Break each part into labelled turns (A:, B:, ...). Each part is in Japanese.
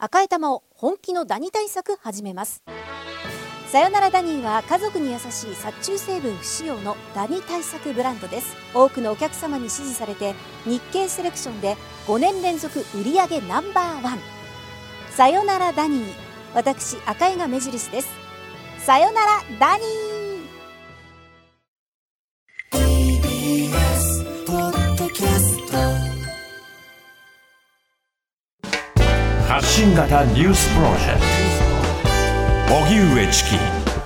A: 赤い玉を本気のダニ対策始めます。さよならダニーは家族に優しい殺虫成分不使用のダニ対策ブランドです。多くのお客様に支持されて日経セレクションで5年連続売上No.1。さよならダニー、私赤井が目印です。さよならダニー。
B: TBS ポッドキャスト、
C: 発信型ニュースプロジェクト荻上チキ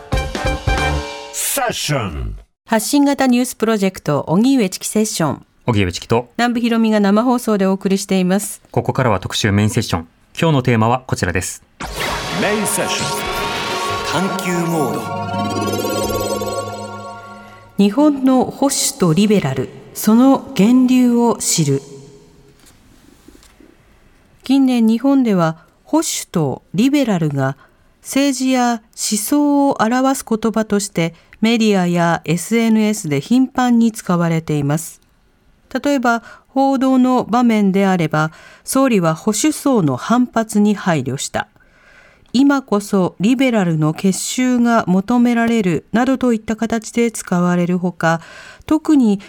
C: セッション。
D: 発信型ニュースプロジェクト荻上チキセッション、
E: 荻上チキと
D: 南部ひろみが生放送でお送りしています。
E: ここからは特集メインセッション。今日のテーマはこちらです。
C: メインセッション
B: 探求モード。
D: 日本の保守とリベラル、その源流を知る。近年日本では保守とリベラルが政治や思想を表す言葉としてメディアや SNS で頻繁に使われています。例えば報道の場面であれば、総理は保守層の反発に配慮した。今こそリベラルの結集が求められるなどといった形で使われるほか、特に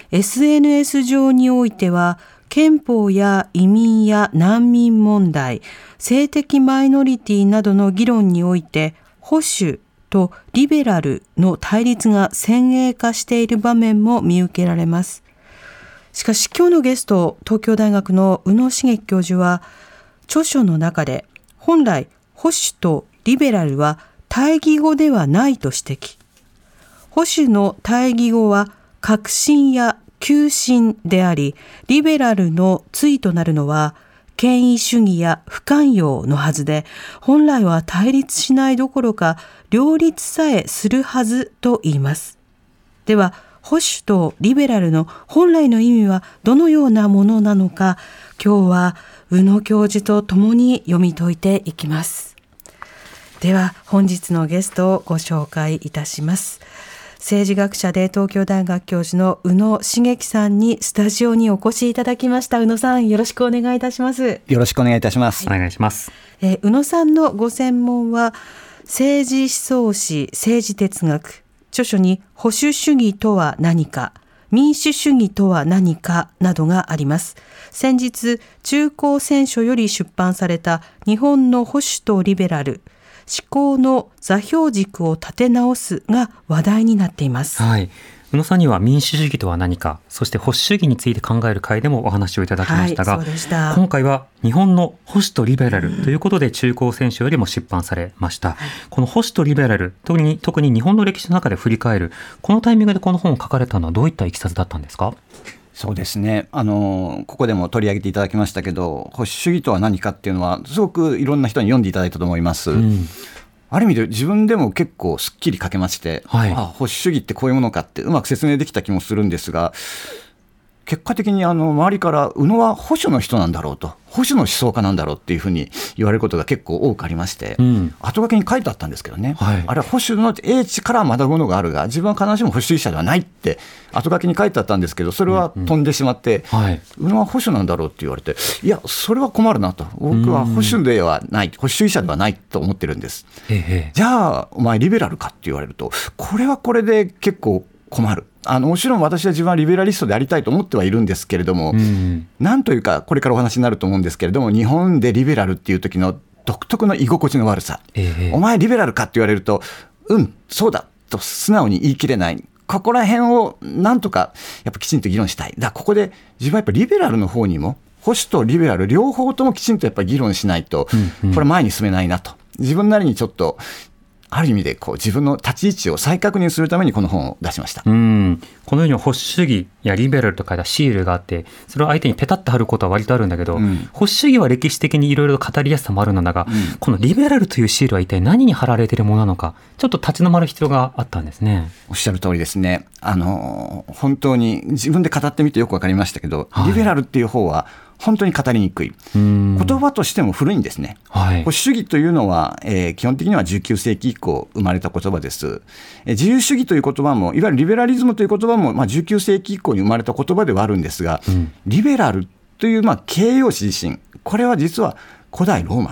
D: SNS 上においては憲法や移民や難民問題、性的マイノリティなどの議論において保守とリベラルの対立が先鋭化している場面も見受けられます。しかし今日のゲスト、東京大学の宇野茂樹教授は著書の中で、本来保守とリベラルは対義語ではないと指摘。保守の対義語は革新や急進であり、リベラルの対となるのは権威主義や不寛容のはずで、本来は対立しないどころか両立さえするはずと言います。では保守とリベラルの本来の意味はどのようなものなのか、今日は宇野教授と共に読み解いていきます。では本日のゲストをご紹介いたします。政治学者で東京大学教授の宇野茂樹さんにスタジオにお越しいただきました。宇野さん、よろしくお願いいたします。
F: よろしくお願いいたします。
E: お願いします。
D: 宇野さんのご専門は政治思想史、政治哲学、著書に保守主義とは何か、民主主義とは何かなどがあります。先日中高選書より出版された日本の保守とリベラル、思考の座標軸を立て直すが話題になっています。
E: はい。宇野さんには民主主義とは何か、そして保守主義について考える会でもお話をいただきましたが、
D: はい、そうでした。
E: 今回は日本の保守とリベラルということで中高選書よりも出版されました。この保守とリベラル、特に日本の歴史の中で振り返る、このタイミングでこの本を書かれたのはどういったいきさつだったんですか？
F: そうですね、ここでも取り上げていただきましたけど、保守主義とは何かっていうのはすごくいろんな人に読んでいただいたと思います。ある意味で自分でも結構すっきり書けまして、はい、保守主義ってこういうものかってうまく説明できた気もするんですが、結果的に周りから宇野は保守の人なんだろうと、保守の思想家なんだろうっていうふうに言われることが結構多くありまして、後書きに書いてあったんですけどね、はい、あれは保守の英知から学ぶものがあるが、自分は必ずしも保守主義者ではないって後書きに書いてあったんですけど、それは飛んでしまって、宇野は保守なんだろうって言われて、いやそれは困るなと、僕は保守ではない、保守主義者ではないと思ってるんです。じゃあお前リベラルかって言われると、これはこれで結構困る。もちろん私は自分はリベラリストでありたいと思ってはいるんですけれども、なんというかこれからお話になると思うんですけれども、日本でリベラルっていう時の独特の居心地の悪さ、お前リベラルかって言われると、そうだと素直に言い切れない。ここら辺をなんとかやっぱきちんと議論したい。だからここで自分はやっぱりリベラルの方にも、保守とリベラル両方ともきちんとやっぱり議論しないと、これ前に進めないなと、自分なりにちょっとある意味で自分の立ち位置を再確認するためにこの本を出しました。
E: このように保守主義やリベラルと書いたシールがあって、それを相手にペタッと貼ることは割とあるんだけど、保守主義は歴史的にいろいろ語りやすさもあるのだが、このリベラルというシールは一体何に貼られているものなのか、ちょっと立ち止まる必要があったんですね。
F: おっしゃる通りですね。本当に自分で語ってみてよく分かりましたけど、リベラルっていう方は本当に語りにくい、言葉としても古いんですね。保守主義というのは、基本的には19世紀以降生まれた言葉です。自由主義という言葉も、いわゆるリベラリズムという言葉も、19世紀以降に生まれた言葉ではあるんですが、リベラルという形容詞自身、これは実は古代ローマ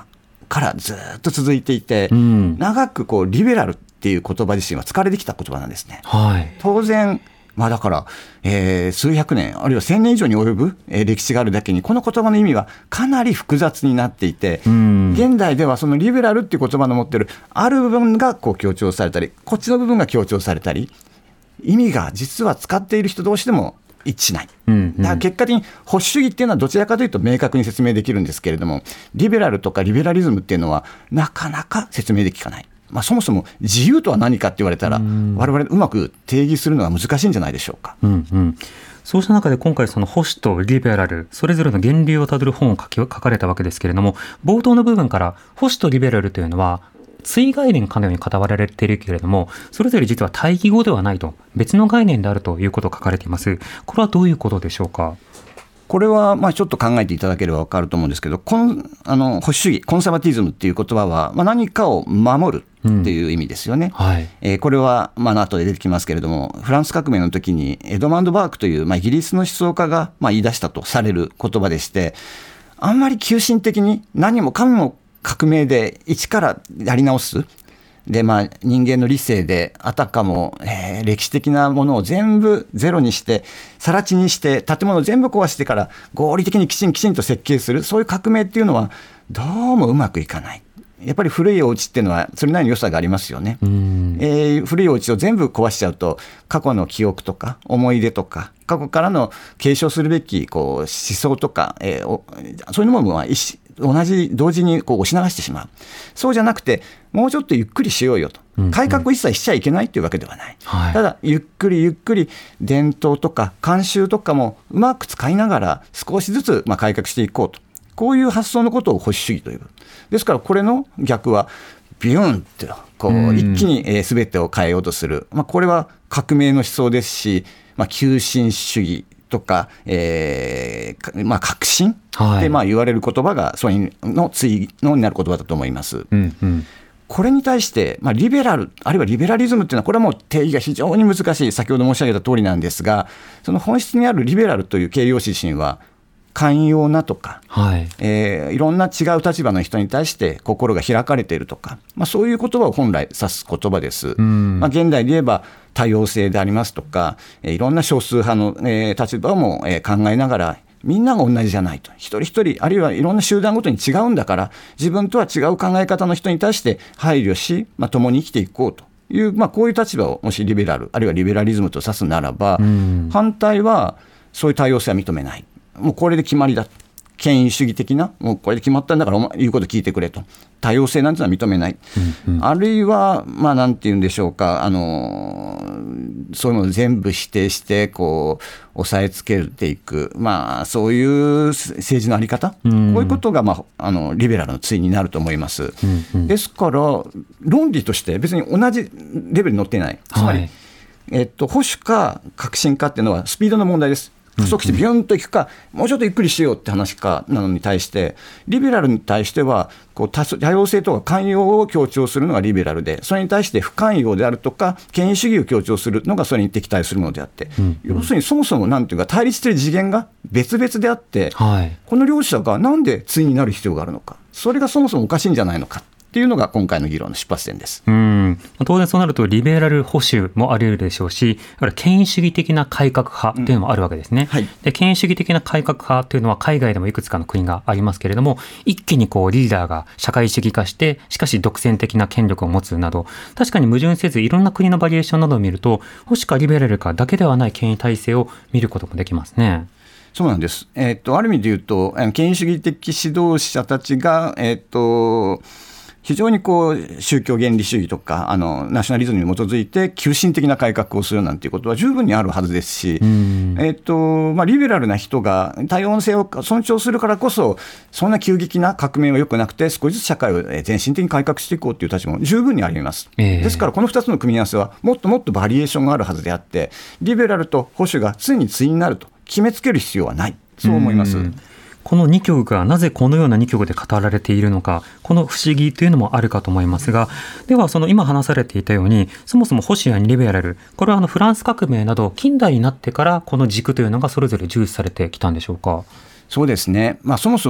F: からずっと続いていて、長くこうリベラルっていう言葉自身は使われてきた言葉なんですね。当然だから、数百年あるいは1000年以上に及ぶ、歴史があるだけにこの言葉の意味はかなり複雑になっていて、現代ではそのリベラルっていう言葉の持ってるある部分がこう強調されたり、こっちの部分が強調されたり、意味が実は使っている人同士でも一致しない。だから結果的に保守主義っていうのはどちらかというと明確に説明できるんですけれども、リベラルとかリベラリズムっていうのはなかなか説明できない。そもそも自由とは何かって言われたら、我々うまく定義するのは難しいんじゃないでしょうか。
E: そうした中で今回その保守とリベラルそれぞれの源流をたどる本を書かれたわけですけれども、冒頭の部分から保守とリベラルというのは対概念かのように語られているけれども、それぞれ実は対義語ではないと、別の概念であるということが書かれています。これはどういうことでしょうか。
F: これはちょっと考えていただければ分かると思うんですけど、保守主義コンサバティズムっていう言葉は、何かを守るっていう意味ですよね。これは後で出てきますけれども、フランス革命の時にエドマンド・バークという、イギリスの思想家が言い出したとされる言葉でして、あんまり急進的に何もかも革命で一からやり直すで、人間の理性であたかも、歴史的なものを全部ゼロにして更地にして建物を全部壊してから合理的にきちんと設計する、そういう革命っていうのはどうもうまくいかない。やっぱり古いお家っていうのはそれなりの良さがありますよね。古いお家を全部壊しちゃうと、過去の記憶とか思い出とか過去からの継承するべき思想とか、そういうものは同時に押し流してしまう。そうじゃなくて、もうちょっとゆっくりしようよと。改革を一切しちゃいけないというわけではない。ただゆっくり伝統とか慣習とかもうまく使いながら少しずつ改革していこうと、こういう発想のことを保守主義という。ですからこれの逆はビューンと一気に全てを変えようとする、これは革命の思想ですし、急進主義とか、革新って言われる言葉がそれの対のになる言葉だと思います。これに対して、リベラルあるいはリベラリズムっていうのは、これはもう定義が非常に難しい、先ほど申し上げた通りなんですが、その本質にあるリベラルという形容詞自身は寛容なとか、いろんな違う立場の人に対して心が開かれているとか、そういう言葉を本来指す言葉です。現代で言えば多様性でありますとか、いろんな少数派の、立場も、考えながら、みんなが同じじゃないと、一人一人あるいはいろんな集団ごとに違うんだから、自分とは違う考え方の人に対して配慮し、共に生きていこうという、こういう立場をもしリベラルあるいはリベラリズムと指すならば、反対はそういう多様性は認めない、もうこれで決まりだ、権威主義的な、もうこれで決まったんだからお前言うこと聞いてくれと、多様性なんてのは認めない、あるいはなんて言うんでしょうか、そういうのを全部否定して押さえつけていく、そういう政治の在り方、こういうことが、リベラルの対になると思います。ですから論理として別に同じレベルに乗っていない、つまり、保守か革新かっていうのはスピードの問題です。加速してビュンといくか、もうちょっとゆっくりしようって話かなのに対して、リベラルに対しては多様性とか寛容を強調するのがリベラルで、それに対して不寛容であるとか権威主義を強調するのがそれに敵対するものであって、要するにそもそもなんていうか対立している次元が別々であって、この両者がなんで対になる必要があるのか、それがそもそもおかしいんじゃないのかっていうのが今回の議論の出発点です。
E: 当然そうなるとリベラル保守もあり得るでしょうし、権威主義的な改革派というのもあるわけですね。で、権威主義的な改革派というのは海外でもいくつかの国がありますけれども、一気にリーダーが社会主義化して、しかし独占的な権力を持つなど、確かに矛盾せずいろんな国のバリエーションなどを見ると、保守かリベラルかだけではない権威体制を見ることもできますね。
F: そうなんです。ある意味で言うと、権威主義的指導者たちが非常に宗教原理主義とかナショナリズムに基づいて急進的な改革をするなんていうことは十分にあるはずですし、リベラルな人が多様性を尊重するからこそ、そんな急激な革命は良くなくて、少しずつ社会を全身的に改革していこうという立場も十分にあります。ですからこの2つの組み合わせはもっともっとバリエーションがあるはずであって、リベラルと保守が常に対になると決めつける必要はない、そう思います。
E: この2曲がなぜこのような2曲で語られているのか、この不思議というのもあるかと思いますが、ではその今話されていたように、そもそも保守やリベラル、これはフランス革命など近代になってからこの軸というのがそれぞれ重視されてきたんでしょうか。
F: そうですね、そもそも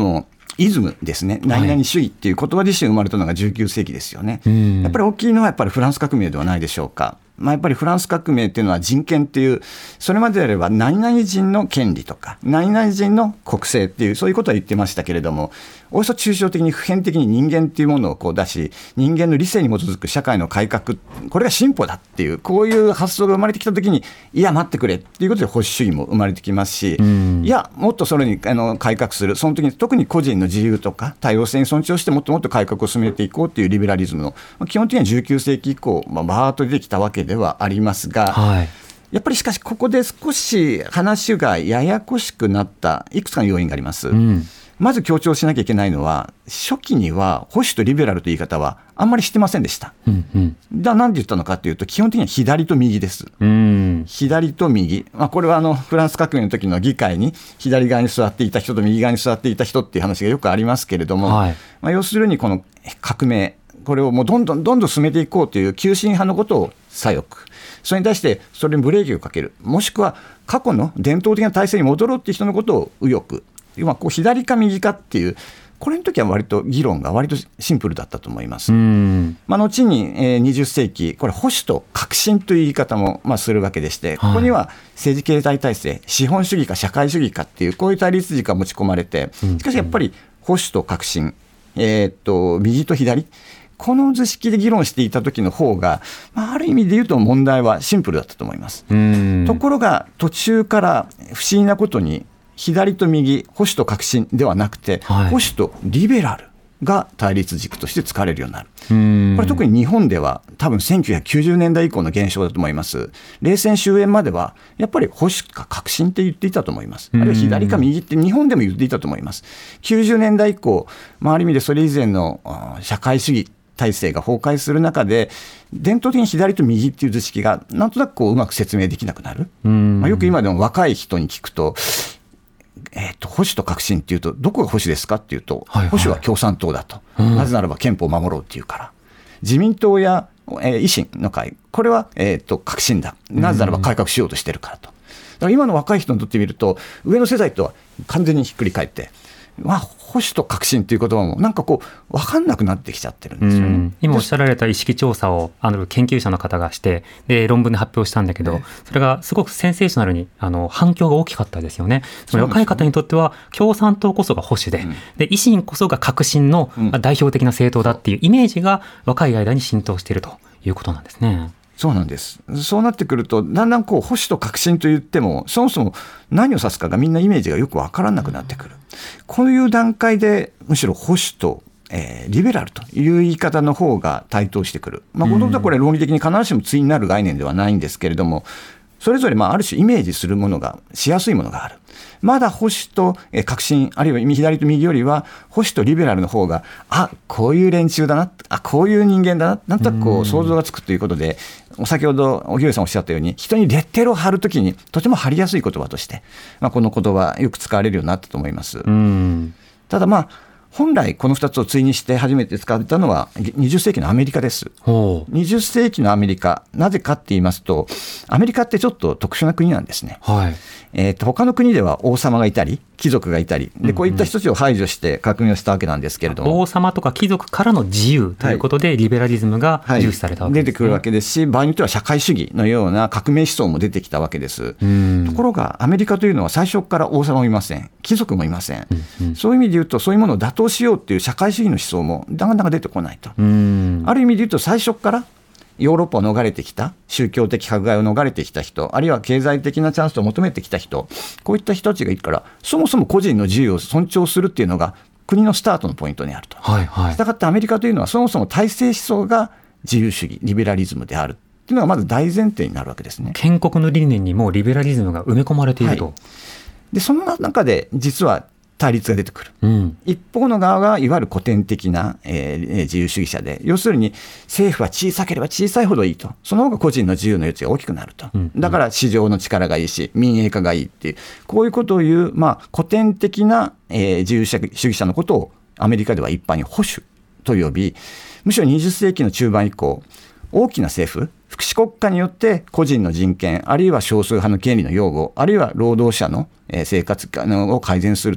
F: イズムですね、何々主義っていう言葉自身生まれたのが19世紀ですよね。やっぱり大きいのはやっぱりフランス革命ではないでしょうか。やっぱりフランス革命っていうのは人権っていう、それまでであれば何々人の権利とか何々人の国政っていう、そういうことは言ってましたけれども、およそ抽象的に普遍的に人間っていうものをこう出し、人間の理性に基づく社会の改革、これが進歩だっていう、こういう発想が生まれてきたときに、いや待ってくれっていうことで保守主義も生まれてきますし、いやもっとそれに改革する、その時に特に個人の自由とか多様性に尊重してもっともっと改革を進めていこうというリベラリズムの、基本的には19世紀以降、バーッと出てきたわけではありますが、やっぱりしかしここで少し話がややこしくなったいくつかの要因があります。まず強調しなきゃいけないのは、初期には保守とリベラルという言い方はあんまりしてませんでした。なんで言ったのかというと、基本的には左と右です。左と右、これはフランス革命の時の議会に左側に座っていた人と右側に座っていた人っていう話がよくありますけれども、要するにこの革命、これをもうどんどん進めていこうという急進派のことを左翼、それに対してそれにブレーキをかける、もしくは過去の伝統的な体制に戻ろうという人のことを右翼、こう左か右かっていう、これの時は割と議論が割とシンプルだったと思います。後に20世紀、これ保守と革新という言い方もするわけでして、ここには政治経済体制、資本主義か社会主義かっていう、こういう対立軸が持ち込まれて、しかしやっぱり保守と革新、右と左、この図式で議論していた時の方が、ある意味で言うと問題はシンプルだったと思います。ところが途中から不思議なことに、左と右、保守と革新ではなくて、保守とリベラルが対立軸として使われるようになる。これ特に日本では多分1990年代以降の現象だと思います。冷戦終焉まではやっぱり保守か革新って言っていたと思います。あるいは左か右って日本でも言っていたと思います。90年代以降、ある意味でそれ以前の社会主義体制が崩壊する中で、伝統的に左と右っていう図式がなんとなくこううまく説明できなくなる。よく今でも若い人に聞くと、保守と革新っていうとどこが保守ですかっていうと、保守は共産党だと、なぜならば憲法を守ろうっていうから、自民党や、維新の会、これは、革新だ、なぜならば改革しようとしてるからと。だから今の若い人にとってみると、上の世代とは完全にひっくり返って、保守と革新という言葉もなんかこう分かんなくなってきちゃってるんですよね。
E: 今おっしゃられた意識調査を研究者の方がして、で論文で発表したんだけど、それがすごくセンセーショナルに反響が大きかったですよね。つまり若い方にとっては共産党こそが保守で、維新こそが革新の代表的な政党だっていうイメージが若い間に浸透しているということなんですね。
F: そうなんです。そうなってくると、だんだんこう保守と革新と言っても、そもそも何を指すかがみんなイメージがよく分からなくなってくる。こういう段階でむしろ保守と、リベラルという言い方の方が台頭してくる。もともとはこれ論理的に必ずしも対になる概念ではないんですけれども、それぞれある種イメージするものがしやすいものがある。まだ保守と革新、あるいは左と右よりは保守とリベラルの方が、こういう連中だな、こういう人間だな、なんとなくこう想像がつくということで、先ほど荻上さんおっしゃったように、人にレッテルを貼るときにとても貼りやすい言葉として、この言葉よく使われるようになったと思います。ただ本来この2つを対にして初めて使われたのは20世紀のアメリカです。20世紀のアメリカ、なぜかって言いますと、アメリカってちょっと特殊な国なんですね。他の国では王様がいたり貴族がいたりで、こういった人たちを排除して革命をしたわけなんですけれども、
E: 王様とか貴族からの自由ということで、リベラリズムが重視されたわけですね。出てくるわけですし、場合によっては社会主義のような革命思想も出てきたわけです。ところがアメリカというのは最初から王様もいません、貴族もいません。そういう意味で言うと、そういうものを打倒しようっていう社会主義の思想もなかなか出てこないと。ある意味で言うと、最初からヨーロッパを逃れてきた、宗教的迫害を逃れてきた人、あるいは経済的なチャンスを求めてきた人、こういった人たちがいるから、そもそも個人の自由を尊重するっていうのが国のスタートのポイントにあると。したがってアメリカというのはそもそも体制思想が自由主義、リベラリズムであるっていうのがまず大前提になるわけですね。 建国の理念にもリベラリズムが埋め込まれていると。
F: でその中で実は対立が出てくる。一方の側がいわゆる古典的な、自由主義者で、要するに政府は小さければ小さいほどいいと、その方が個人の自由の余地が大きくなると、だから市場の力がいいし民営化がいいっていう、こういうことを言う、古典的な、自由主義者のことをアメリカでは一般に保守と呼び、むしろ20世紀の中盤以降、大きな政府、福祉国家によって個人の人権、あるいは少数派の権利の擁護、あるいは労働者の生活を改善する、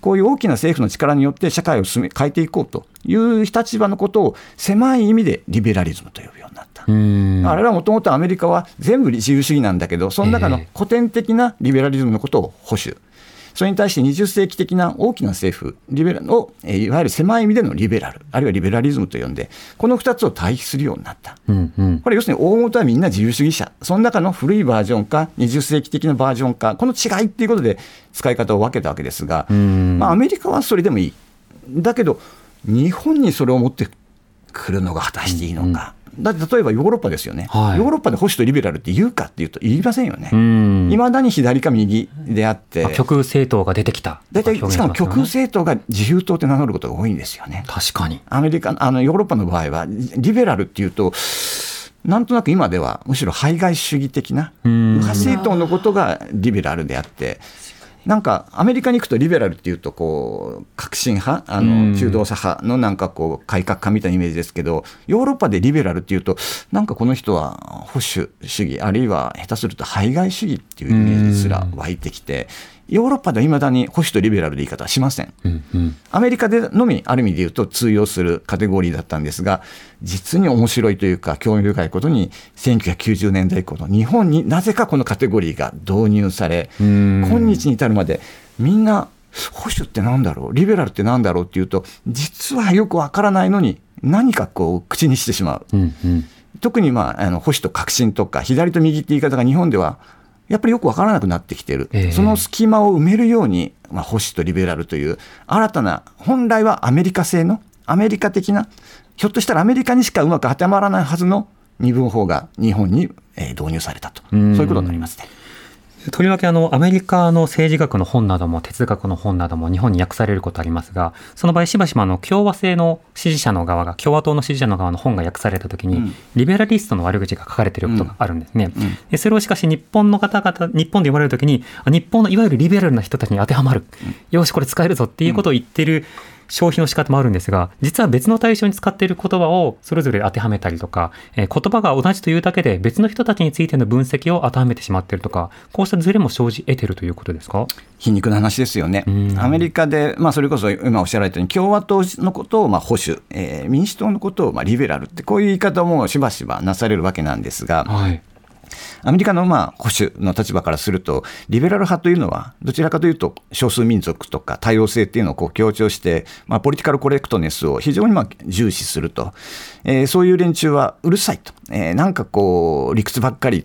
F: こういう大きな政府の力によって社会を変えていこうという立場のことを狭い意味でリベラリズムと呼ぶようになった。あれはもともとアメリカは全部自由主義なんだけど、その中の古典的なリベラリズムのことを保守、それに対して20世紀的な大きな政府リベラルをいわゆる狭い意味でのリベラル、あるいはリベラリズムと呼んで、この2つを対比するようになった。これ要するに大元はみんな自由主義者、その中の古いバージョンか20世紀的なバージョンか、この違いっていうことで使い方を分けたわけですが、アメリカはそれでもいい。だけど日本にそれを持ってくるのが果たしていいのか。だって例えばヨーロッパですよね、ヨーロッパで保守とリベラルって言うかっていうと言いませんよね。いまだに左か右であって、
E: 極右政党が出てきた、
F: 大体しかも極右政党が自由党って名乗ることが多いんですよね。
E: 確かに
F: ヨーロッパの場合はリベラルっていうとなんとなく今ではむしろ排外主義的な右派政党のことがリベラルであって、なんかアメリカに行くとリベラルっていうとこう革新派、中道左派のなんかこう改革家みたいなイメージですけど、ヨーロッパでリベラルっていうとなんかこの人は保守主義、あるいは下手すると排外主義っていうイメージすら湧いてきて、ヨーロッパではいまだに保守とリベラルで言い方はしません。アメリカでのみある意味で言うと通用するカテゴリーだったんですが、実に面白いというか興味深いことに1990年代以降の日本になぜかこのカテゴリーが導入され、今日に至るまでみんな保守ってなんだろう、リベラルってなんだろうっていうと、実はよくわからないのに何かこう口にしてしまう。特に保守と革新とか左と右って言い方が日本ではやっぱりよく分からなくなってきている、その隙間を埋めるように、保守とリベラルという新たな、本来はアメリカ製のアメリカ的な、ひょっとしたらアメリカにしかうまく当てはまらないはずの二分法が日本に導入されたと、そういうことになりますね。
E: とりわけアメリカの政治学の本なども哲学の本なども日本に訳されることありますが、その場合しばしば共和制の支持者の側が、共和党の支持者の側の本が訳されたときに、リベラリストの悪口が書かれていることがあるんですね。でそれをしかし日本の方々、日本で読まれるときに、日本のいわゆるリベラルな人たちに当てはまる、よしこれ使えるぞっていうことを言ってる消費の仕方もあるんですが、実は別の対象に使っている言葉をそれぞれ当てはめたりとか、言葉が同じというだけで別の人たちについての分析を当てはめてしまっているとか、こうしたズレも生じ得ているということですか。
F: 皮肉な話ですよね。アメリカで、それこそ今おっしゃられたように共和党のことを保守、民主党のことをリベラルって、こういう言い方もしばしばなされるわけなんですが、アメリカの保守の立場からすると、リベラル派というのはどちらかというと少数民族とか多様性っていうのを強調して、ポリティカルコレクトネスを非常に重視すると、そういう連中はうるさいと、なんか理屈ばっかり言って、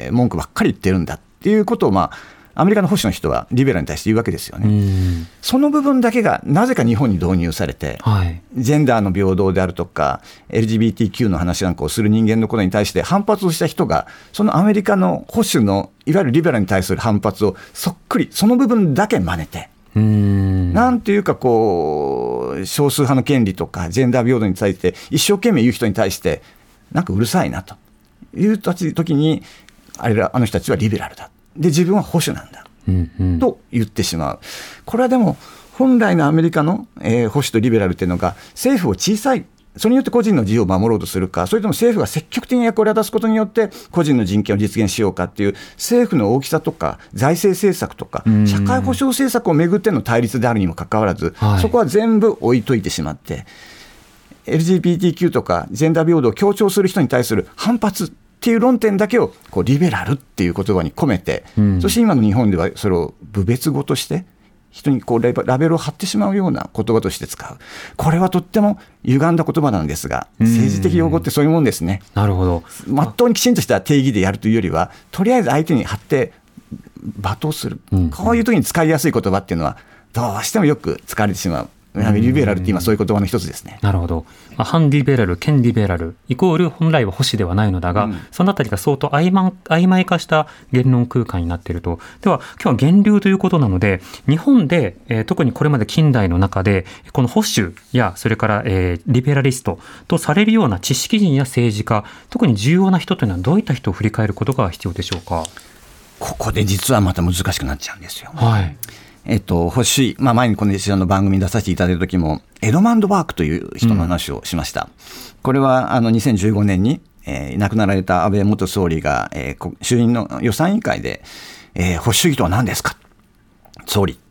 F: 文句ばっかり言ってるんだっていうことをアメリカの保守の人はリベラルに対して言うわけですよね。その部分だけがなぜか日本に導入されて、ジェンダーの平等であるとか LGBTQ の話なんかをする人間のことに対して反発をした人が、そのアメリカの保守のいわゆるリベラルに対する反発をそっくりその部分だけ真似て、なんていうか少数派の権利とかジェンダー平等に対して一生懸命言う人に対してなんかうるさいなという時に、あの人たちはリベラルだ、で自分は保守なんだ、と言ってしまう。これはでも本来のアメリカの、保守とリベラルというのが、政府を小さい、それによって個人の自由を守ろうとするか、それとも政府が積極的に役割を果たすことによって個人の人権を実現しようかっていう、政府の大きさとか財政政策とか社会保障政策をめぐっての対立であるにもかかわらず、そこは全部置いといてしまって、LGBTQ とかジェンダー平等を強調する人に対する反発っていう論点だけをリベラルっていう言葉に込めて、そして今の日本ではそれを侮蔑語として人にラベルを貼ってしまうような言葉として使う。これはとっても歪んだ言葉なんですが、政治的用語ってそういうもんですね。
E: なるほど。
F: まっとうにきちんとした定義でやるというよりは、とりあえず相手に貼って罵倒する、こういう時に使いやすい言葉っていうのはどうしてもよく使われてしまう。リベラルって今そういう言葉の一つですね。
E: なるほど。反リベラル、兼リベラルイコール本来は保守ではないのだが、そのあたりが相当曖昧化した言論空間になっていると。では今日は源流ということなので、日本で、特にこれまで近代の中でこの保守やそれから、リベラリストとされるような知識人や政治家、特に重要な人というのはどういった人を振り返ることが必要でしょうか。
F: ここで実はまた難しくなっちゃうんですよ。保守、前にこの一緒の番組に出させていただいた時もエドマンド・バークという人の話をしました。これは2015年に、亡くなられた安倍元総理が、衆院の予算委員会で、保守主義とは何ですか、総理って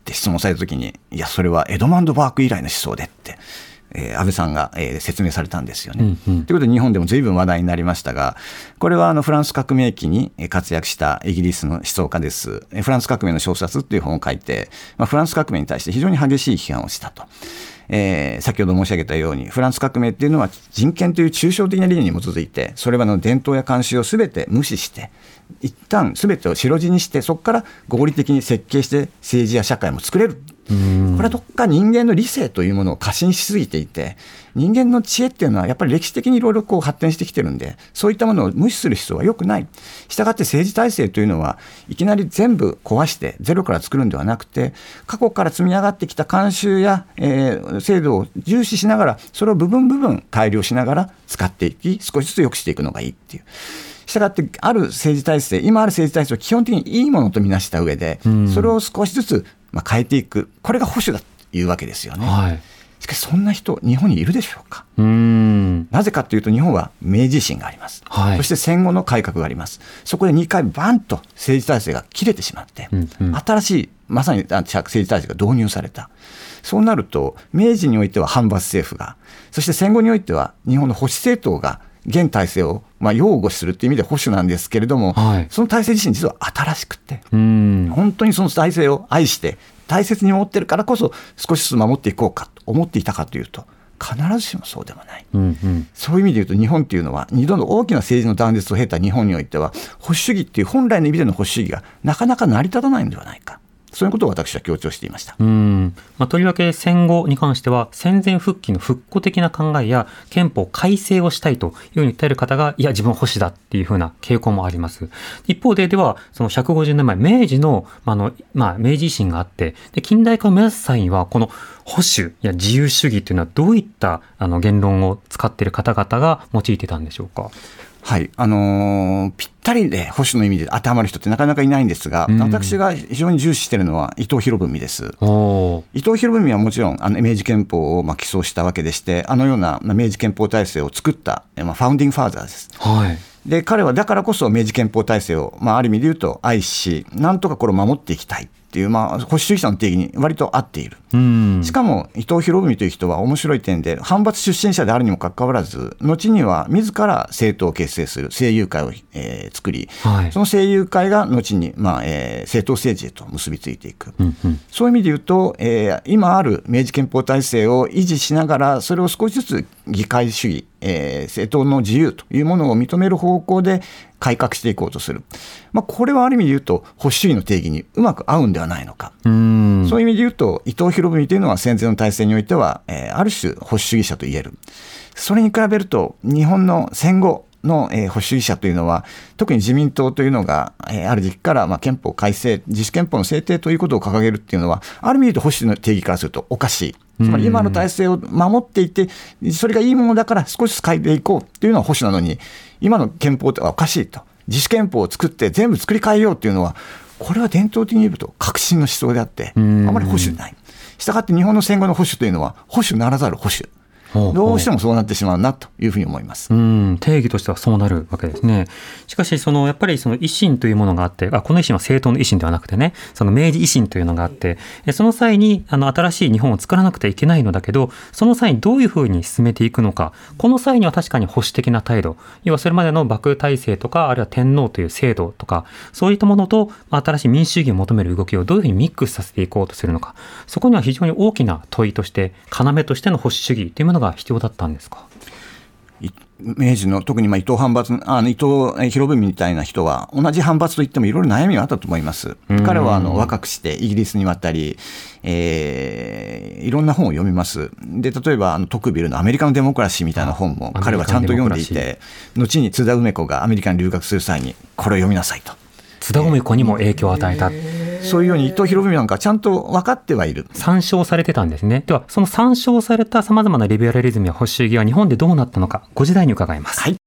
F: って質問されたときに、いやそれはエドマンド・バーク以来の思想でって安倍さんが説明されたんですよね。ということで日本でも随分話題になりましたが、これはフランス革命期に活躍したイギリスの思想家です。フランス革命の小冊という本を書いて、フランス革命に対して非常に激しい批判をしたと。先ほど申し上げたようにフランス革命っていうのは人権という抽象的な理念に基づいて、それらの伝統や慣習をすべて無視して一旦すべてを白地にして、そこから合理的に設計して政治や社会も作れる。これはどっか人間の理性というものを過信しすぎていて、人間の知恵っていうのはやっぱり歴史的にいろいろ発展してきてるんで、そういったものを無視する必要は良くない。したがって政治体制というのはいきなり全部壊してゼロから作るんではなくて、過去から積み上がってきた慣習や、制度を重視しながら、それを部分部分改良しながら使っていき、少しずつ良くしていくのがいいっていう。したがってある政治体制、今ある政治体制を基本的にいいものとみなした上で、それを少しずつ変えていく、これが保守だというわけですよね。はい、しかしそんな人日本にいるでしょうか。なぜかというと日本は明治維新があります、はい、そして戦後の改革があります。そこで2回バンと政治体制が切れてしまって、新しいまさに政治体制が導入された。そうなると明治においては反発政府が、そして戦後においては日本の保守政党が現体制を擁護するという意味で保守なんですけれども、はい、その体制自身実は新しくて、本当にその体制を愛して大切に思っているからこそ少しずつ守っていこうかと思っていたかというと、必ずしもそうでもない、そういう意味で言うと日本というのは2度の大きな政治の断絶を経た日本においては、保守主義っていう本来の意味での保守主義がなかなか成り立たないのではないか、そういうことを私は強調していました。
E: とりわけ戦後に関しては戦前復帰の復古的な考えや憲法改正をしたいというふうに言っている方が、いや自分は保守だっていうふうな傾向もあります。一方ではその150年前明治の、明治維新があって、で近代化を目指す際にはこの保守や自由主義というのはどういった言論を使っている方々が用いてたんでしょうか。
F: はい、ぴったりで保守の意味で当てはまる人ってなかなかいないんですが、私が非常に重視しているのは伊藤博文です。伊藤博文はもちろん明治憲法を起草したわけでして、あのような明治憲法体制を作った、ファウンディングファーザーです。はい、で彼はだからこそ明治憲法体制を、ある意味で言うと愛し、なんとかこれを守っていきたいっていう、保守主義者の定義に割と合っている。しかも伊藤博文という人は面白い点で、反発出身者であるにもかかわらず、後には自ら政党を結成する政友会を、作り、はい、その政友会が後に、政党政治へと結びついていく、そういう意味で言うと、今ある明治憲法体制を維持しながら、それを少しずつ議会主義、政党の自由というものを認める方向で改革していこうとする、これはある意味で言うと保守主義の定義にうまく合うんではないのか。そういう意味で言うと伊藤博文というのは戦前の体制においては、ある種保守主義者と言える。それに比べると日本の戦後の、保守主義者というのは、特に自民党というのが、ある時期から、憲法改正、自主憲法の制定ということを掲げるっていうのは、ある意味で保守の定義からするとおかしい。つまり今の体制を守っていて、それがいいものだから少しずつ変えていこうというのは保守なのに、今の憲法はおかしいと、自主憲法を作って全部作り変えようというのは、これは伝統的に言うと革新の思想であって、あまり保守でない。したがって日本の戦後の保守というのは保守ならざる保守、どうしてもそうなってしまうなというふうに思います。
E: 定義としてはそうなるわけですね。しかしやっぱり維新というものがあって、この維新は政党の維新ではなくてね、その明治維新というのがあって、その際に新しい日本を作らなくてはいけないのだけど、その際にどういうふうに進めていくのか、この際には確かに保守的な態度、要はそれまでの幕府体制とか、あるいは天皇という制度とか、そういったものと新しい民主主義を求める動きをどういうふうにミックスさせていこうとするのか、そこには非常に大きな問いとして、要としての保守主義というものが必要だったんですか。
F: 明治の特に伊藤博文みたいな人は同じ反発といってもいろいろ悩みがあったと思います。彼は若くしてイギリスに渡り、いろんな本を読みます。で例えばトクビルのアメリカのデモクラシーみたいな本も彼はちゃんと読んでいて、後に津田梅子がアメリカに留学する際にこれを読みなさいと、
E: 津田梅子にも影響を与えた、
F: そういうように伊藤博文なんかちゃんと分かってはいる。
E: 参照されてたんですね。ではその参照されたさまざまなリベラリズムや保守主義は日本でどうなったのか、ご時代に伺います。はい、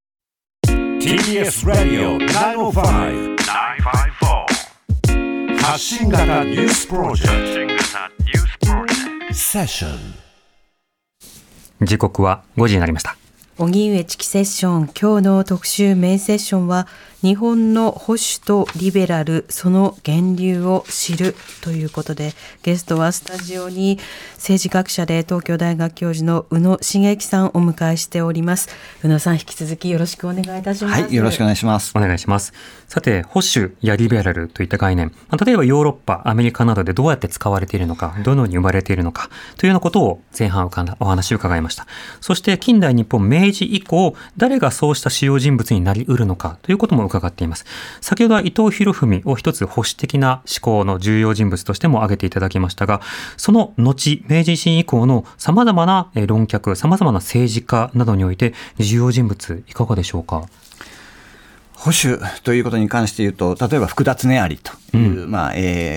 C: TBS Radio 905-954発信型ニュースプロジェクトセッション。
E: 時刻は5時になりました。
D: 荻上チキセッション、今日の特集メインセッションは日本の保守とリベラル、その源流を知るということで、ゲストはスタジオに政治学者で東京大学教授の宇野茂樹さんをお迎えしております。宇野さん、引き続きよろしくお願いいたします。
F: はい、よろしくお願いします。
E: お願いします。さて、保守やリベラルといった概念、例えばヨーロッパ、アメリカなどでどうやって使われているのか、どのように生まれているのかというようなことを前半お話を伺いました。そして近代日本明治以降、誰がそうした主要人物になり得るのかということも伺っています。先ほどは伊藤博文を一つ保守的な思考の重要人物としても挙げていただきましたが、その後、明治維新以降の様々な論客、様々な政治家などにおいて重要人物いかがでしょうか。
F: 保守ということに関して言うと、例えば福田恒有という、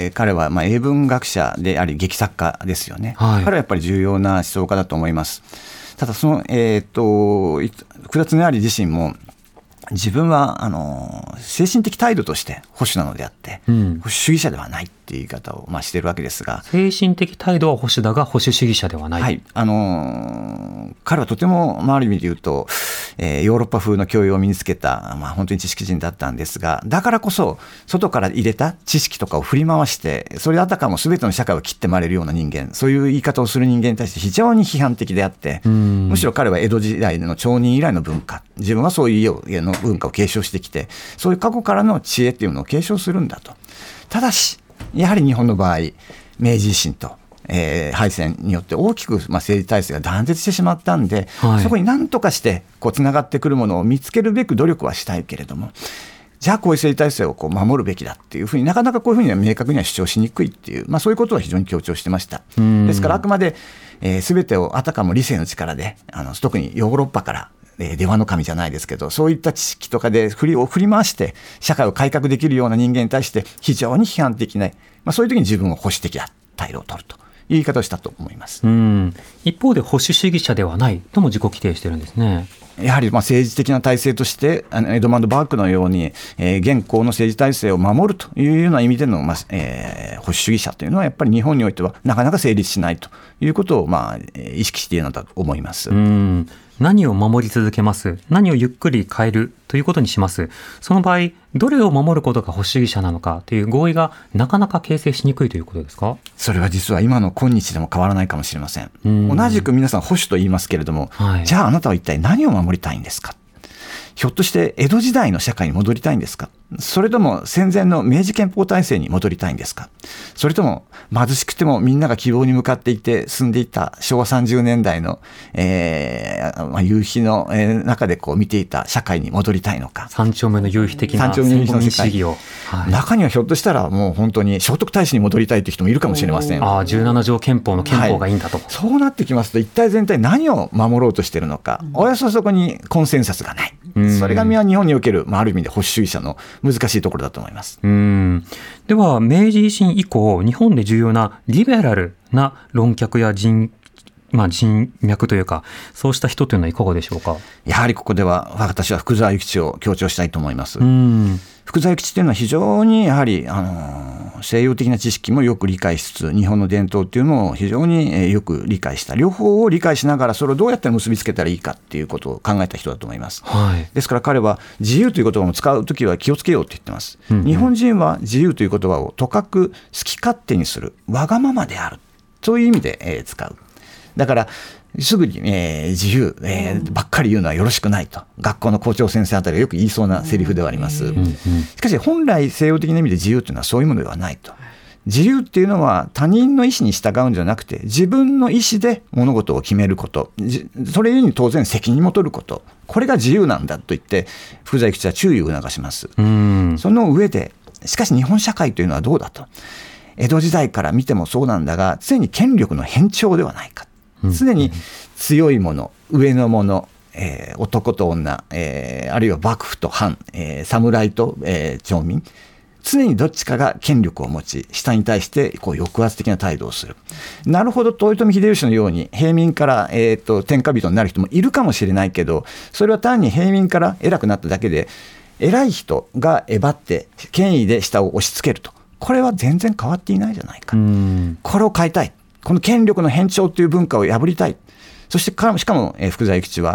F: 彼は英文学者であり劇作家ですよね、はい、彼はやっぱり重要な思想家だと思います。ただその、福田恒有自身も自分は精神的態度として保守なのであって、保守主義者ではないっていう言い方をしているわけですが、
E: 精神的態度は保守だが保守主義者ではない、
F: はい、彼はとても、ある意味で言うと、ヨーロッパ風の教養を身につけた、本当に知識人だったんですが、だからこそ外から入れた知識とかを振り回して、それであたかも全ての社会を切って回れるような人間、そういう言い方をする人間に対して非常に批判的であって、むしろ彼は江戸時代の町人以来の文化、自分はそういう家の文化を継承してきて、そういう過去からの知恵っていうのを継承するんだと。ただしやはり日本の場合、明治維新と敗戦によって大きく政治体制が断絶してしまったんで、はい、そこに何とかしてつながってくるものを見つけるべく努力はしたいけれども、じゃあこういう政治体制を守るべきだっていうふうになかなかこういうふうには明確には主張しにくいっていう、そういうことは非常に強調してました。ですからあくまで全てをあたかも理性の力で特にヨーロッパから出羽の神じゃないですけど、そういった知識とかで振り回して社会を改革できるような人間に対して非常に批判的な、そういう時に自分を保守的な態度を取るという言い方をしたと思います。
E: 一方で保守主義者ではないとも自己規定してるんですね。
F: やはり政治的な体制としてエドマンド・バークのように、現行の政治体制を守るというような意味での、保守主義者というのはやっぱり日本においてはなかなか成立しないということを、意識しているのだと思います。
E: 何を守り続けます、何をゆっくり変えるということにします。その場合どれを守ることが保守主義者なのかという合意がなかなか形成しにくいということですか。
F: それは実は今の今日でも変わらないかもしれません。同じく皆さん保守と言いますけれども、じゃああなたは一体何を守りたいんですか。ひょっとして江戸時代の社会に戻りたいんですか。それとも戦前の明治憲法体制に戻りたいんですか。それとも貧しくてもみんなが希望に向かっていて住んでいた昭和30年代の、夕日の中で見ていた社会に戻りたいのか。
E: 三丁目の夕日的な戦後民主義を、
F: 中にはひょっとしたらもう本当に聖徳太子に戻りたいという人もいるかもしれません。
E: 17条憲法の憲法がいいんだと、
F: そうなってきますと一体全体何を守ろうとしているのか、およそそこにコンセンサスがない。それが日本における、ある意味で保守主義者の難しいところだと思います。
E: では明治維新以降日本で重要なリベラルな論客や人脈というかそうした人というのはいかがでしょうか。
F: やはりここでは私は福沢諭吉を強調したいと思います。福沢諭吉というのは非常にやはり西洋的な知識もよく理解しつつ日本の伝統というのを非常によく理解した、両方を理解しながらそれをどうやって結びつけたらいいかっていうことを考えた人だと思います。ですから彼は自由という言葉を使うときは気をつけようと言ってます。日本人は自由という言葉をとかく好き勝手にする、わがままであるという意味で使う。だからすぐに、自由、ばっかり言うのはよろしくないと学校の校長先生あたりがよく言いそうなセリフではあります。しかし本来西洋的な意味で自由というのはそういうものではないと。自由っていうのは他人の意思に従うんじゃなくて自分の意思で物事を決めること、それゆえに当然責任も取ること、これが自由なんだと言って福沢諭吉は注意を促します。その上でしかし日本社会というのはどうだと、江戸時代から見てもそうなんだが常に権力の偏重ではないか、常に強いもの、上のもの、男と女、あるいは幕府と藩、侍と、町民、常にどっちかが権力を持ち下に対して抑圧的な態度をする。なるほど、豊臣秀吉のように平民から、天下人になる人もいるかもしれないけど、それは単に平民から偉くなっただけで偉い人がえばって権威で下を押し付けると、これは全然変わっていないじゃないか。これを変えたい、この権力の偏重という文化を破りたい。そしてしかも福沢諭吉は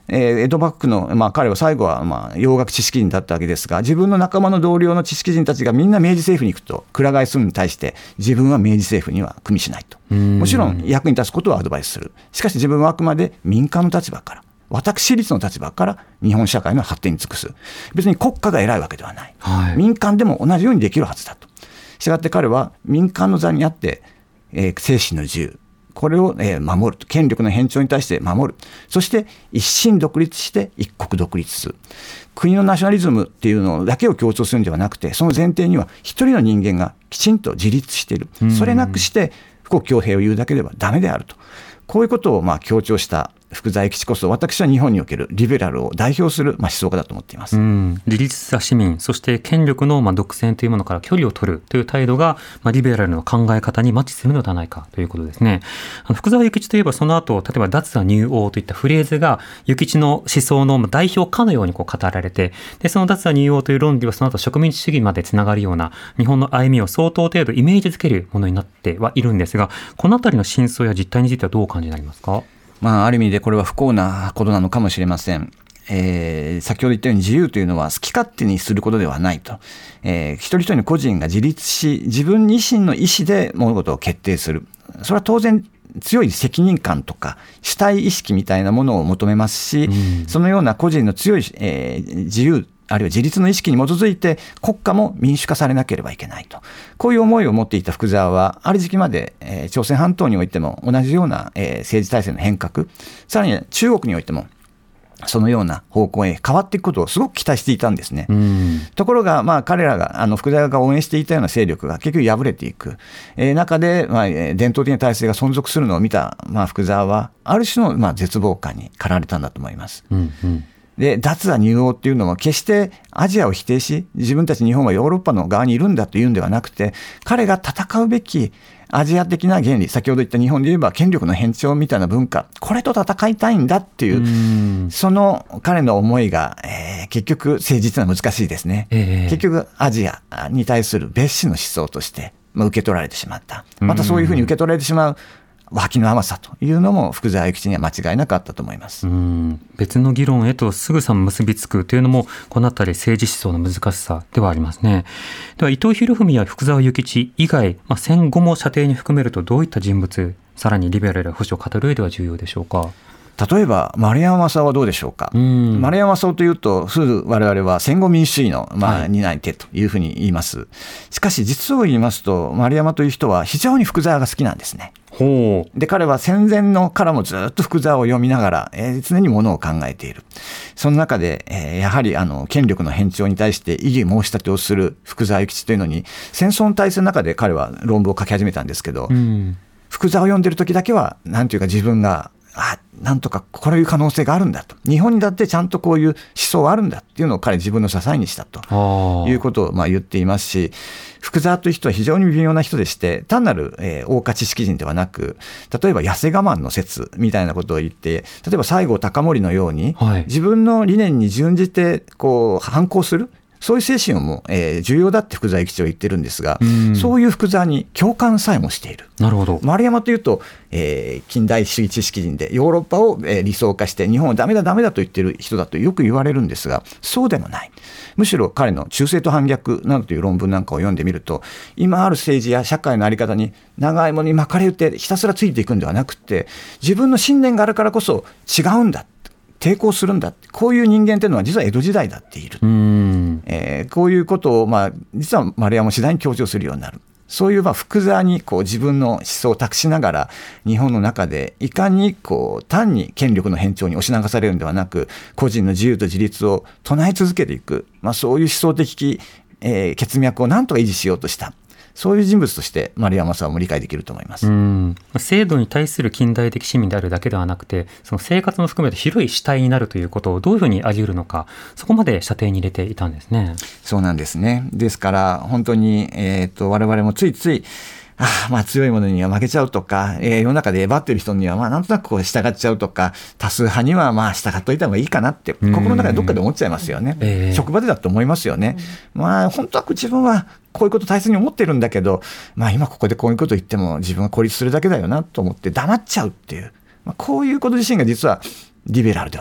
F: 江戸幕府の、彼は最後は洋楽知識人だったわけですが、自分の仲間の同僚の知識人たちがみんな明治政府に行くとくら替えするに対して自分は明治政府には組みしないと。もちろん役に立つことはアドバイスする。しかし自分はあくまで民間の立場から、私立の立場から日本社会の発展に尽くす。別に国家が偉いわけではない、民間でも同じようにできるはずだと。したがって彼は民間の座にあって、精神の自由、これを守ると、権力の偏重に対して守る、そして一心独立して一国独立する。国のナショナリズムっていうのだけを強調するんではなくて、その前提には一人の人間がきちんと自立している、それなくして富国強兵を言うだけではダメであると、こういうことを強調した福沢諭吉こそ、私は日本におけるリベラルを代表する思想家だと思っています。
E: 自立した市民、そして権力の独占というものから距離を取るという態度が、リベラルの考え方にマッチするのではないかということですね。福沢諭吉といえば、その後例えば脱亜入王といったフレーズが諭吉の思想の代表かのように語られて、でその脱亜入王という論理はその後植民地主義までつながるような日本の歩みを相当程度イメージづけるものになってはいるんですが、このあたりの真相や実態についてはどうお感じになりますか？
F: ある意味でこれは不幸なことなのかもしれません。先ほど言ったように自由というのは好き勝手にすることではないと。一人一人の個人が自立し、自分自身の意思で物事を決定する。それは当然強い責任感とか主体意識みたいなものを求めますし、そのような個人の強い、自由あるいは自立の意識に基づいて国家も民主化されなければいけないと、こういう思いを持っていた福沢はある時期まで、朝鮮半島においても同じような、政治体制の変革、さらに中国においてもそのような方向へ変わっていくことをすごく期待していたんですね。ところが、彼らが福沢が応援していたような勢力が結局敗れていく、中で、伝統的な体制が存続するのを見た、福沢はある種の、絶望感に駆られたんだと思います。で脱亜入王っていうのも決してアジアを否定し、自分たち日本はヨーロッパの側にいるんだというんではなくて、彼が戦うべきアジア的な原理、先ほど言った日本で言えば権力の偏重みたいな文化、これと戦いたいんだっていう、その彼の思いが、結局誠実な難しいですね、結局アジアに対する蔑視の思想として、受け取られてしまった。またそういうふうに受け取られてしまう脇の甘さというのも福沢諭吉には間違いなかったと思います。
E: 別の議論へとすぐさま結びつくというのもこのあたり政治思想の難しさではありますね。では伊藤博文や福沢諭吉以外、戦後も射程に含めるとどういった人物、さらにリベラルや保守を語る上では重要でしょうか？
F: 例えば丸山正夫はどうでしょうか。丸山正夫というとすぐ我々は戦後民主主義の、担い手というふうに言います。しかし実を言いますと、丸山という人は非常に福沢が好きなんですね。で彼は戦前のからもずっと福沢を読みながら、常にものを考えている。その中で、やはり権力の偏重に対して異議申し立てをする福沢諭吉というのに、戦争の体制の中で彼は論文を書き始めたんですけど、福沢を読んでる時だけはなんていうか自分がなんとかこういう可能性があるんだと、日本にだってちゃんとこういう思想はあるんだっていうのを彼自分の支えにしたということを言っていますし、福沢という人は非常に微妙な人でして、単なる桜花知識人ではなく、例えば痩せ我慢の説みたいなことを言って、例えば西郷隆盛のように、自分の理念に準じて反抗する、そういう精神も、重要だって福沢諭吉は言ってるんですが、そういう福沢に共感さえもしている。
E: なるほど。
F: 丸山というと、近代主義知識人でヨーロッパを、理想化して日本はダメだダメだと言ってる人だとよく言われるんですが、そうでもない。むしろ彼の中世と反逆などという論文なんかを読んでみると、今ある政治や社会の在り方に長いものに巻かれてひたすらついていくんではなくて、自分の信念があるからこそ違うんだ、抵抗するんだ、こういう人間というのは実は江戸時代だっている。こういうことを、実は丸山も次第に強調するようになる。そういう福沢に自分の思想を託しながら、日本の中でいかに単に権力の偏重に押し流されるんではなく、個人の自由と自立を唱え続けていく、そういう思想的、血脈を何とか維持しようとした、そういう人物として丸山さんも理解できると思います。
E: 制度に対する近代的市民であるだけではなくて、その生活も含めて広い主体になるということをどういうふうにあり得るのか、そこまで射程に入れていたんですね。
F: そうなんですね。ですから本当に、我々もついつい強いものには負けちゃうとか、世の中でえばっている人にはなんとなく従っちゃうとか、多数派には従っといた方がいいかなって心の中でどっかで思っちゃいますよね。職場でだと思いますよね。本当は自分はこういうこと大切に思ってるんだけど、今ここでこういうこと言っても自分は孤立するだけだよなと思って黙っちゃうっていう、こういうこと自身が実はリベラルではない。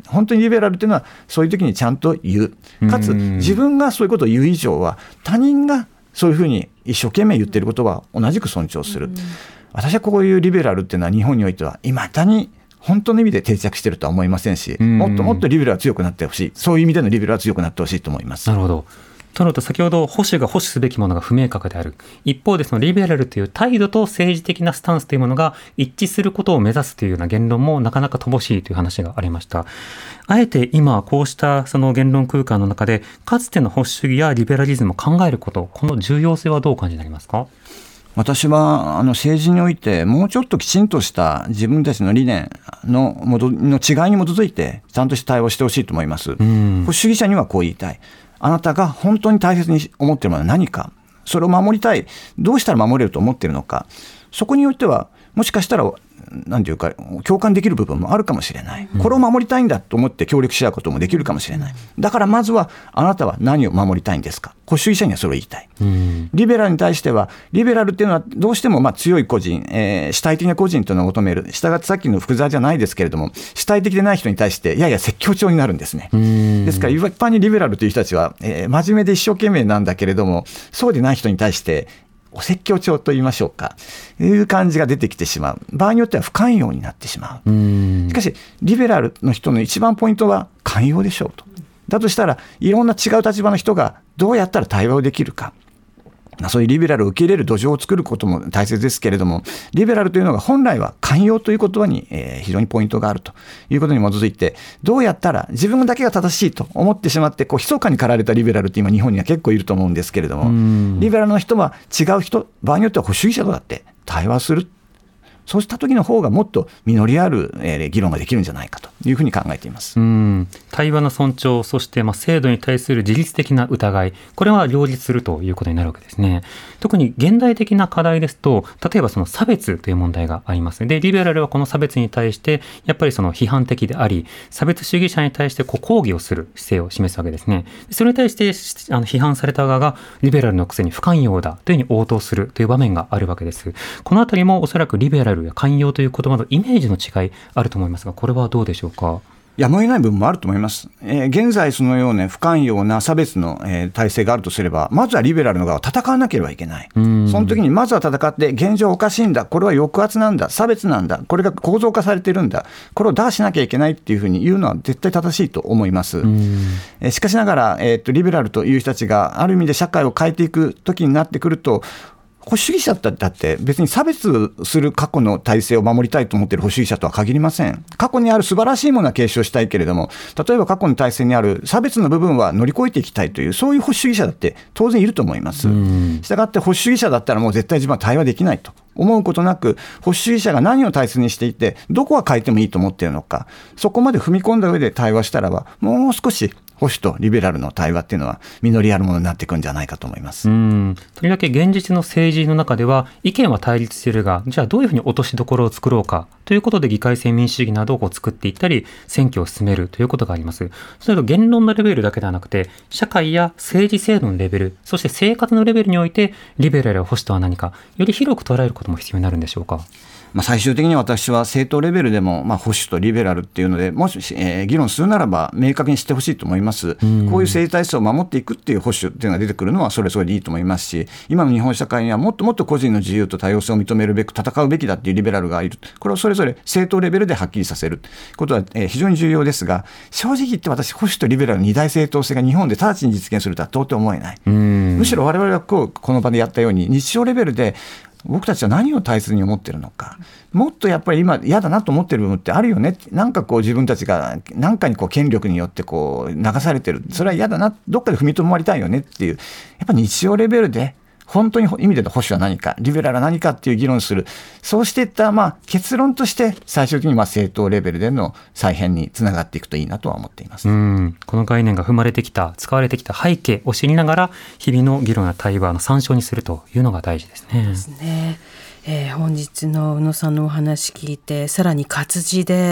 F: 本当にリベラルっていうのはそういう時にちゃんと言う、かつ自分がそういうことを言う以上は他人がそういうふうに一生懸命言っていることは同じく尊重する。私はこういうリベラルっていうのは日本においては未だに本当の意味で定着しているとは思いませんし、もっともっとリベラルは強くなってほしい、そういう意味でのリベラルは強くなってほしいと思います。
E: なるほど。となると先ほど保守が保守すべきものが不明確である、一方でそのリベラルという態度と政治的なスタンスというものが一致することを目指すというような言論もなかなか乏しいという話がありました。あえて今こうしたその言論空間の中でかつての保守主義やリベラリズムを考えること、この重要性はどうお感じになりますか？
F: 私は政治においてもうちょっときちんとした自分たちの理念の違いに基づいてちゃんとした対応をしてほしいと思います。保守主義者にはこう言いたい。あなたが本当に大切に思っているものは何か、それを守りたい、どうしたら守れると思っているのか、そこによってはもしかしたらなんていうか共感できる部分もあるかもしれない。これを守りたいんだと思って協力し合うこともできるかもしれない。だからまずはあなたは何を守りたいんですか。保守主義者にはそれを言いたい。リベラルに対しては、リベラルっていうのはどうしても強い個人、主体的な個人というのを求める。したがってさっきの福沢じゃないですけれども、主体的でない人に対してやや説教調になるんですね。ですから一般にリベラルという人たちは、真面目で一生懸命なんだけれども、そうでない人に対してお説教調と言いましょうか、いう感じが出てきてしまう。場合によっては不寛容になってしまう。しかしリベラルの人の一番ポイントは寛容でしょうと。だとしたらいろんな違う立場の人がどうやったら対話をできるか、そういうリベラルを受け入れる土壌を作ることも大切ですけれども、リベラルというのが本来は寛容という言葉に非常にポイントがあるということに基づいて、どうやったら自分だけが正しいと思ってしまって密かに駆られたリベラルって今日本には結構いると思うんですけれども、リベラルの人は違う人、場合によっては保守主義者とだって対話する。そうした時の方がもっと実りある議論ができるんじゃないかというふうに考えています。
E: 対話の尊重、そして制度に対する自律的な疑い、これは両立するということになるわけですね。特に現代的な課題ですと、例えばその差別という問題があります。で、リベラルはこの差別に対してやっぱりその批判的であり、差別主義者に対して抗議をする姿勢を示すわけですね。それに対して批判された側がリベラルのくせに不寛容だというふうに応答するという場面があるわけです。このあたりもおそらくリベラルや寛容という言葉のイメージの違いあると思いますが、これはどうでしょうか？
F: やむを得ない部分もあると思います。現在そのような不寛容な差別の、体制があるとすれば、まずはリベラルの側は戦わなければいけない。その時にまずは戦って、現状おかしいんだ、これは抑圧なんだ、差別なんだ、これが構造化されているんだ、これを打破しなきゃいけないっていうふうに言うのは絶対正しいと思います。しかしながら、リベラルという人たちがある意味で社会を変えていく時になってくると、保守主義者だって別に差別する過去の体制を守りたいと思っている保守主義者とは限りません。過去にある素晴らしいものは継承したいけれども、例えば過去の体制にある差別の部分は乗り越えていきたいという、そういう保守主義者だって当然いると思います。したがって保守主義者だったらもう絶対自分は対話できないと思うことなく、保守主義者が何を大切にしていて、どこは変えてもいいと思っているのか、そこまで踏み込んだ上で対話したらば、もう少し保守とリベラルの対話っていうのは実りあるものになっていくんじゃないかと思います。
E: とりわけ現実の政治の中では意見は対立しているが、じゃあどういうふうに落としどころを作ろうかということで議会制民主主義などを作っていったり選挙を進めるということがあります。それと言論のレベルだけではなくて、社会や政治制度のレベル、そして生活のレベルにおいてリベラルや保守とは何か、より広く捉えることも必要になるんでしょうか？
F: 最終的に私は政党レベルでも、保守とリベラルっていうので、もし、議論するならば明確にしてほしいと思います。こういう政治体制を守っていくっていう保守っていうのが出てくるのはそれでいいと思いますし、今の日本社会にはもっともっと個人の自由と多様性を認めるべく戦うべきだっていうリベラルがいる。これをそれぞれ政党レベルではっきりさせることは非常に重要ですが、正直言って私保守とリベラルの二大政党制が日本で直ちに実現するとは到底思えない。むしろ我々はこの場でやったように日常レベルで僕たちは何を大切に思っているのか、もっとやっぱり今嫌だなと思っている部分ってあるよね。なんか自分たちが何かに権力によって流されてる、それは嫌だな、どっかで踏みとどまりたいよねっていう、やっぱ日常レベルで本当に意味での保守は何か、リベラルは何かっていう議論する。そうしていった結論として最終的に政党レベルでの再編につながっていくといいなとは思っています。
E: この概念が踏まれてきた、使われてきた背景を知りながら日々の議論や対話の参照にするというのが大事ですね。
D: ですね。本日の宇野さんのお話聞いて、さらに活字で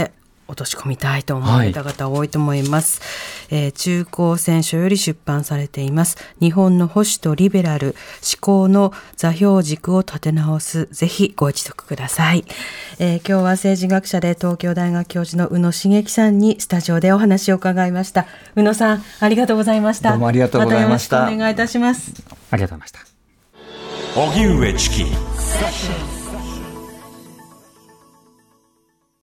D: 落とし込みたいと思われた方多いと思います、中高選書より出版されています日本の保守とリベラル思考の座標軸を立て直す、ぜひご一読ください。今日は政治学者で東京大学教授の宇野茂樹さんにスタジオでお話を伺いました。宇野さん、ありがとうございました。
F: どうもありがとうございました。
D: またよろしくお願いいたします。
E: ありがとうございました。
C: 荻上チキ